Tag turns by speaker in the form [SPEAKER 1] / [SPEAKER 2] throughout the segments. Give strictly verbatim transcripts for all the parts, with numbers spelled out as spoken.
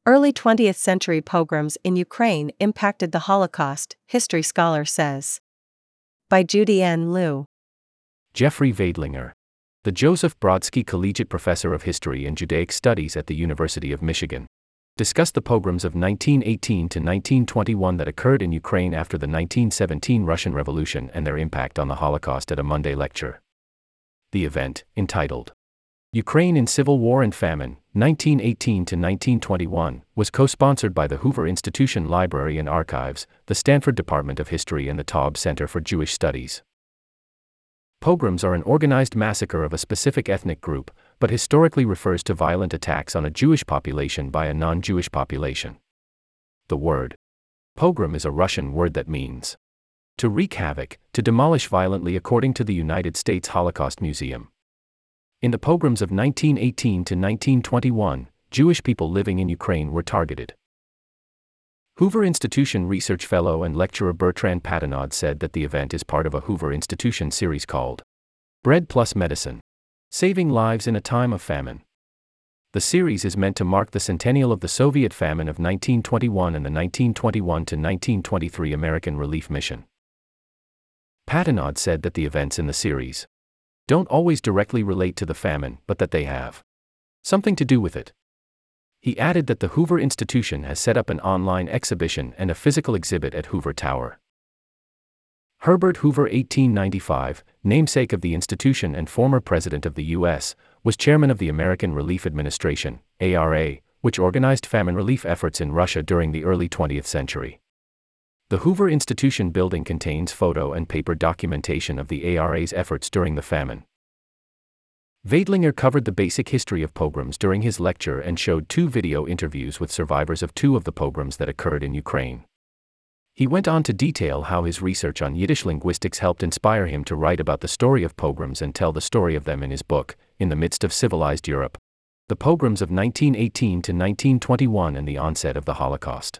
[SPEAKER 1] Early twentieth century pogroms in Ukraine impacted the Holocaust, history scholar says. By Judy N. Liu.
[SPEAKER 2] Jeffrey Veidlinger, the Joseph Brodsky Collegiate Professor of History and Judaic Studies at the University of Michigan, discussed the pogroms of nineteen eighteen to nineteen twenty-one that occurred in Ukraine after the nineteen seventeen Russian Revolution and their impact on the Holocaust at a Monday lecture. The event, entitled Ukraine in Civil War and Famine, nineteen eighteen to nineteen twenty-one, was co-sponsored by the Hoover Institution Library and Archives, the Stanford Department of History and the Taub Center for Jewish Studies. Pogroms are an organized massacre of a specific ethnic group, but historically refers to violent attacks on a Jewish population by a non-Jewish population. The word pogrom is a Russian word that means to wreak havoc, to demolish violently, according to the United States Holocaust Museum. In the pogroms of nineteen eighteen to nineteen twenty-one, Jewish people living in Ukraine were targeted. Hoover Institution research fellow and lecturer Bertrand Patenaude said that the event is part of a Hoover Institution series called Bread Plus Medicine: Saving Lives in a Time of Famine. The series is meant to mark the centennial of the Soviet famine of nineteen twenty-one and the nineteen twenty-one to nineteen twenty-three American Relief Mission. Patenaude said that the events in the series don't always directly relate to the famine, but that they have something to do with it. He added that the Hoover Institution has set up an online exhibition and a physical exhibit at Hoover Tower. Herbert Hoover, eighteen ninety-five, namesake of the institution and former president of the U S, was chairman of the American Relief Administration, A R A, which organized famine relief efforts in Russia during the early twentieth century. The Hoover Institution building contains photo and paper documentation of the A R A's efforts during the famine. Veidlinger covered the basic history of pogroms during his lecture and showed two video interviews with survivors of two of the pogroms that occurred in Ukraine. He went on to detail how his research on Yiddish linguistics helped inspire him to write about the story of pogroms and tell the story of them in his book, In the Midst of Civilized Europe: The Pogroms of nineteen eighteen to nineteen twenty-one and the Onset of the Holocaust.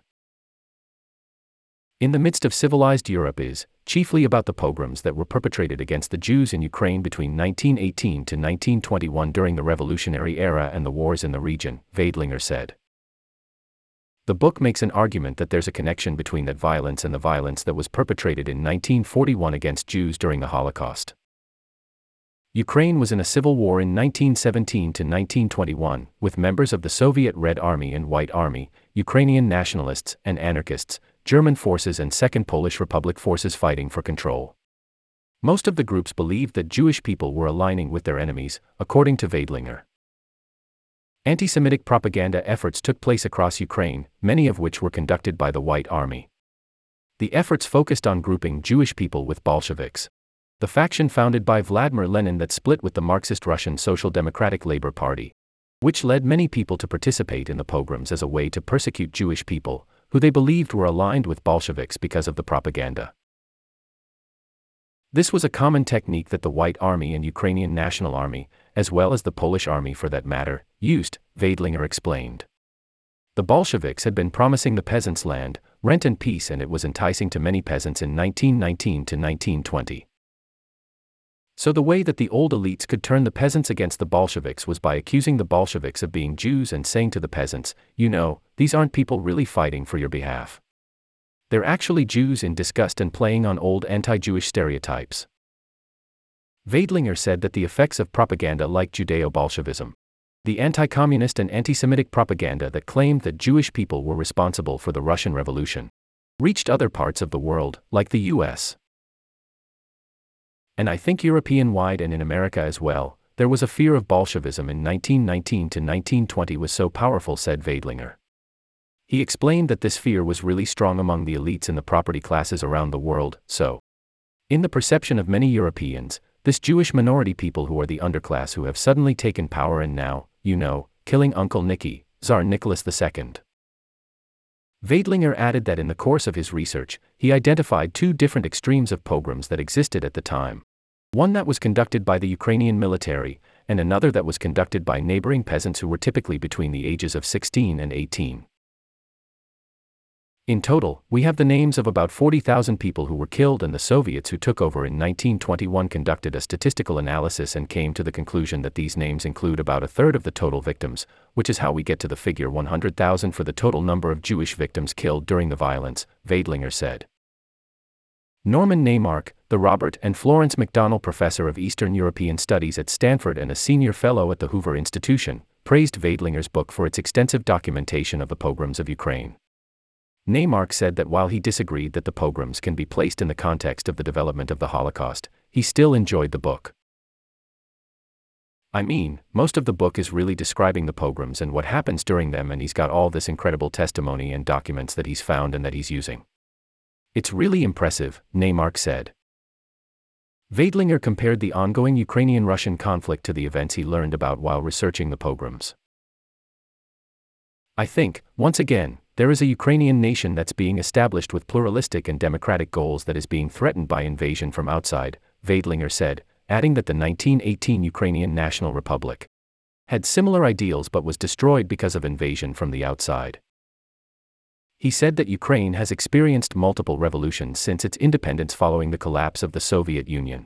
[SPEAKER 2] In the Midst of Civilized Europe is chiefly about the pogroms that were perpetrated against the Jews in Ukraine between nineteen eighteen to nineteen twenty-one during the Revolutionary Era and the wars in the region, Veidlinger said. The book makes an argument that there's a connection between that violence and the violence that was perpetrated in nineteen forty-one against Jews during the Holocaust. Ukraine was in a civil war in nineteen seventeen to nineteen twenty-one, with members of the Soviet Red Army and White Army, Ukrainian nationalists and anarchists, German forces and Second Polish Republic forces fighting for control. Most of the groups believed that Jewish people were aligning with their enemies, according to Veidlinger. Anti-Semitic propaganda efforts took place across Ukraine, many of which were conducted by the White Army. The efforts focused on grouping Jewish people with Bolsheviks, the faction founded by Vladimir Lenin that split with the Marxist Russian Social Democratic Labor Party, which led many people to participate in the pogroms as a way to persecute Jewish people, who they believed were aligned with Bolsheviks because of the propaganda. This was a common technique that the White Army and Ukrainian National Army, as well as the Polish Army for that matter, used, Veidlinger explained. The Bolsheviks had been promising the peasants land, rent and peace, and it was enticing to many peasants in nineteen nineteen to nineteen twenty. So the way that the old elites could turn the peasants against the Bolsheviks was by accusing the Bolsheviks of being Jews and saying to the peasants, you know, these aren't people really fighting for your behalf. They're actually Jews, in disgust and playing on old anti-Jewish stereotypes. Veidlinger said that the effects of propaganda like Judeo-Bolshevism, the anti-communist and anti-Semitic propaganda that claimed that Jewish people were responsible for the Russian Revolution, reached other parts of the world, like the U S And I think European-wide and in America as well, there was a fear of Bolshevism in nineteen nineteen to nineteen twenty was so powerful, said Veidlinger. He explained that this fear was really strong among the elites and the property classes around the world, so, in the perception of many Europeans, this Jewish minority people who are the underclass who have suddenly taken power and now, you know, killing Uncle Nicky, Tsar Nicholas the Second. Veidlinger added that in the course of his research, he identified two different extremes of pogroms that existed at the time. One that was conducted by the Ukrainian military, and another that was conducted by neighboring peasants who were typically between the ages of sixteen and eighteen. In total, we have the names of about forty thousand people who were killed, and the Soviets who took over in nineteen twenty-one conducted a statistical analysis and came to the conclusion that these names include about a third of the total victims, which is how we get to the figure one hundred thousand for the total number of Jewish victims killed during the violence, Veidlinger said. Norman Naimark, the Robert and Florence McDonnell Professor of Eastern European Studies at Stanford and a senior fellow at the Hoover Institution, praised Veidlinger's book for its extensive documentation of the pogroms of Ukraine. Naimark said that while he disagreed that the pogroms can be placed in the context of the development of the Holocaust, he still enjoyed the book. I mean, most of the book is really describing the pogroms and what happens during them, and he's got all this incredible testimony and documents that he's found and that he's using. It's really impressive, Naimark said. Veidlinger compared the ongoing Ukrainian-Russian conflict to the events he learned about while researching the pogroms. I think, once again, there is a Ukrainian nation that's being established with pluralistic and democratic goals that is being threatened by invasion from outside, Veidlinger said, adding that the nineteen eighteen Ukrainian National Republic had similar ideals but was destroyed because of invasion from the outside. He said that Ukraine has experienced multiple revolutions since its independence following the collapse of the Soviet Union.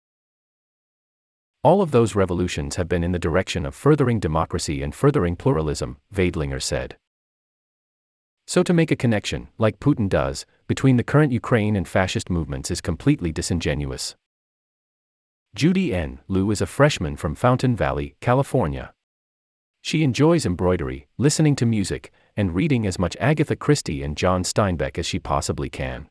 [SPEAKER 2] All of those revolutions have been in the direction of furthering democracy and furthering pluralism, Veidlinger said. So to make a connection, like Putin does, between the current Ukraine and fascist movements is completely disingenuous. Judy N. Liu is a freshman from Fountain Valley, California. She enjoys embroidery, listening to music, and reading as much Agatha Christie and John Steinbeck as she possibly can.